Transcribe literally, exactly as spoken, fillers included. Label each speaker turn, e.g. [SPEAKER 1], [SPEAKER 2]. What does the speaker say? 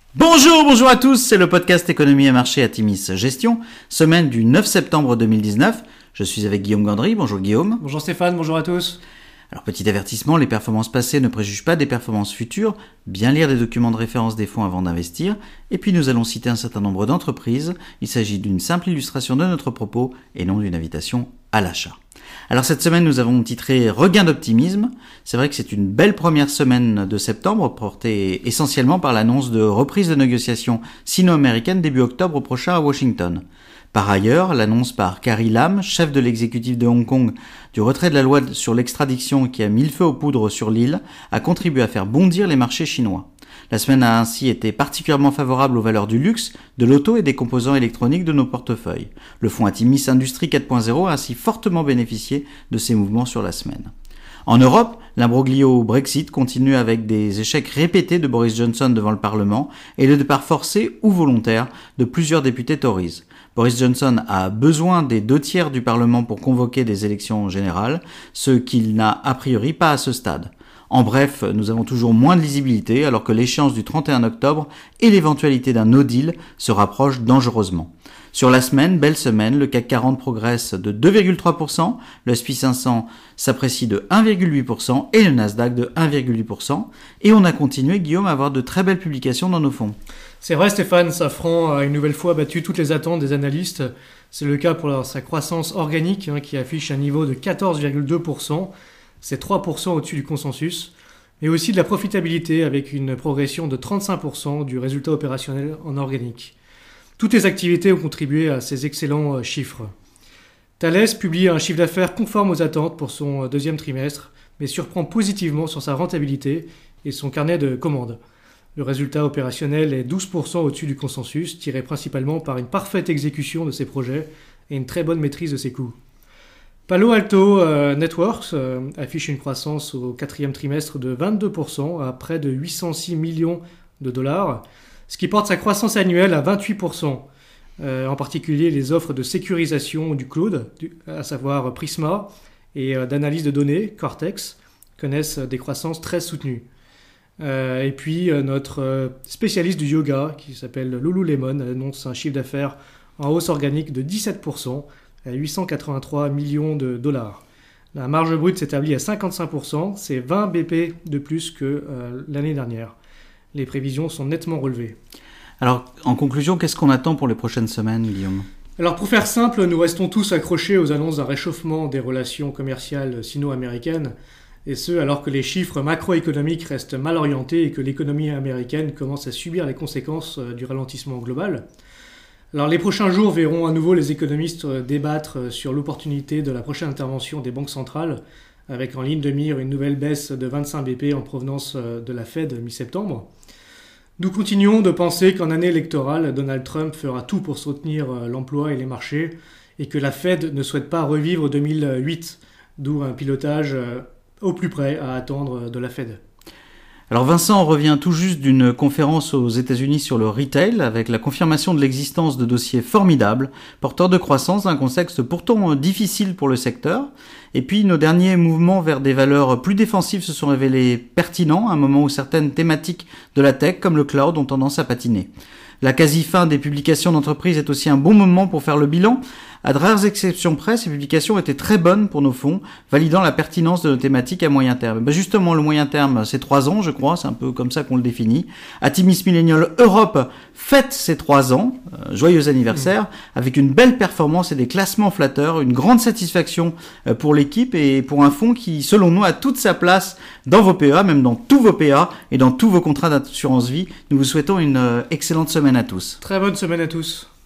[SPEAKER 1] Bonjour, bonjour à tous, c'est le podcast Économie et Marché Atimis Gestion, semaine du neuf septembre deux mille dix-neuf. Je suis avec Guillaume Gandry. Bonjour Guillaume.
[SPEAKER 2] Bonjour Stéphane, bonjour à tous.
[SPEAKER 1] Alors petit avertissement, les performances passées ne préjugent pas des performances futures. Bien lire des documents de référence des fonds avant d'investir. Et puis nous allons citer un certain nombre d'entreprises. Il s'agit d'une simple illustration de notre propos et non d'une invitation à l'achat. Alors cette semaine, nous avons titré Regain d'optimisme. C'est vrai que c'est une belle première semaine de septembre, portée essentiellement par l'annonce de reprise de négociations sino-américaines début octobre prochain à Washington. Par ailleurs, l'annonce par Carrie Lam, chef de l'exécutif de Hong Kong, du retrait de la loi sur l'extradition qui a mis le feu aux poudres sur l'île, a contribué à faire bondir les marchés chinois. La semaine a ainsi été particulièrement favorable aux valeurs du luxe, de l'auto et des composants électroniques de nos portefeuilles. Le fonds Atimis Industrie quatre point zéro a ainsi fortement bénéficié de ces mouvements sur la semaine. En Europe, l'imbroglio Brexit continue avec des échecs répétés de Boris Johnson devant le Parlement et le départ forcé ou volontaire de plusieurs députés Tories. Boris Johnson a besoin des deux tiers du Parlement pour convoquer des élections générales, ce qu'il n'a a priori pas à ce stade. En bref, nous avons toujours moins de lisibilité alors que l'échéance du trente et un octobre et l'éventualité d'un no deal se rapprochent dangereusement. Sur la semaine, belle semaine, le C A C quarante progresse de deux virgule trois pour cent, le S and P cinq cents s'apprécie de un virgule huit pour cent et le Nasdaq de un virgule huit pour cent. Et on a continué, Guillaume, à avoir de très belles publications dans nos fonds.
[SPEAKER 2] C'est vrai Stéphane, Safran a une nouvelle fois battu toutes les attentes des analystes. C'est le cas pour sa croissance organique hein, qui affiche un niveau de quatorze virgule deux pour cent. C'est trois pour cent au-dessus du consensus. Mais aussi de la profitabilité avec une progression de trente-cinq pour cent du résultat opérationnel en organique. Toutes les activités ont contribué à ces excellents chiffres. Thales publie un chiffre d'affaires conforme aux attentes pour son deuxième trimestre, mais surprend positivement sur sa rentabilité et son carnet de commandes. Le résultat opérationnel est douze pour cent au-dessus du consensus, tiré principalement par une parfaite exécution de ses projets et une très bonne maîtrise de ses coûts. Palo Alto euh, Networks euh, affiche une croissance au quatrième trimestre de vingt-deux pour cent à près de huit cent six millions de dollars, ce qui porte sa croissance annuelle à vingt-huit pour cent. Euh, en particulier les offres de sécurisation du cloud, du, à savoir Prisma, et euh, d'analyse de données, Cortex, connaissent des croissances très soutenues. Euh, et puis euh, notre euh, spécialiste du yoga, qui s'appelle Lululemon, annonce un chiffre d'affaires en hausse organique de dix-sept pour cent à huit cent quatre-vingt-trois millions de dollars. La marge brute s'établit à cinquante-cinq pour cent, c'est vingt B P de plus que euh, l'année dernière. Les prévisions sont nettement relevées.
[SPEAKER 1] Alors, en conclusion, qu'est-ce qu'on attend pour les prochaines semaines, Guillaume ?
[SPEAKER 2] Alors, pour faire simple, nous restons tous accrochés aux annonces d'un réchauffement des relations commerciales sino-américaines, et ce, alors que les chiffres macroéconomiques restent mal orientés et que l'économie américaine commence à subir les conséquences du ralentissement global. Alors, les prochains jours verront à nouveau les économistes débattre sur l'opportunité de la prochaine intervention des banques centrales, avec en ligne de mire une nouvelle baisse de vingt-cinq B P en provenance de la Fed mi-septembre. Nous continuons de penser qu'en année électorale, Donald Trump fera tout pour soutenir l'emploi et les marchés et que la Fed ne souhaite pas revivre deux mille huit, d'où un pilotage au plus près à attendre de la Fed.
[SPEAKER 1] Alors Vincent revient tout juste d'une conférence aux États-Unis sur le retail avec la confirmation de l'existence de dossiers formidables, porteurs de croissance dans un contexte pourtant difficile pour le secteur. Et puis nos derniers mouvements vers des valeurs plus défensives se sont révélés pertinents à un moment où certaines thématiques de la tech comme le cloud ont tendance à patiner. La quasi-fin des publications d'entreprises est aussi un bon moment pour faire le bilan. À de rares exceptions près, ces publications étaient très bonnes pour nos fonds, validant la pertinence de nos thématiques à moyen terme. Ben justement, le moyen terme, c'est trois ans, je crois, c'est un peu comme ça qu'on le définit. Atimis Millennial Europe fête ses trois ans, euh, joyeux anniversaire, mmh. avec une belle performance et des classements flatteurs, une grande satisfaction euh, pour l'équipe et pour un fonds qui, selon nous, a toute sa place dans vos P E A, même dans tous vos P A et dans tous vos contrats d'assurance vie. Nous vous souhaitons une euh, excellente semaine à tous.
[SPEAKER 2] Très bonne semaine à tous.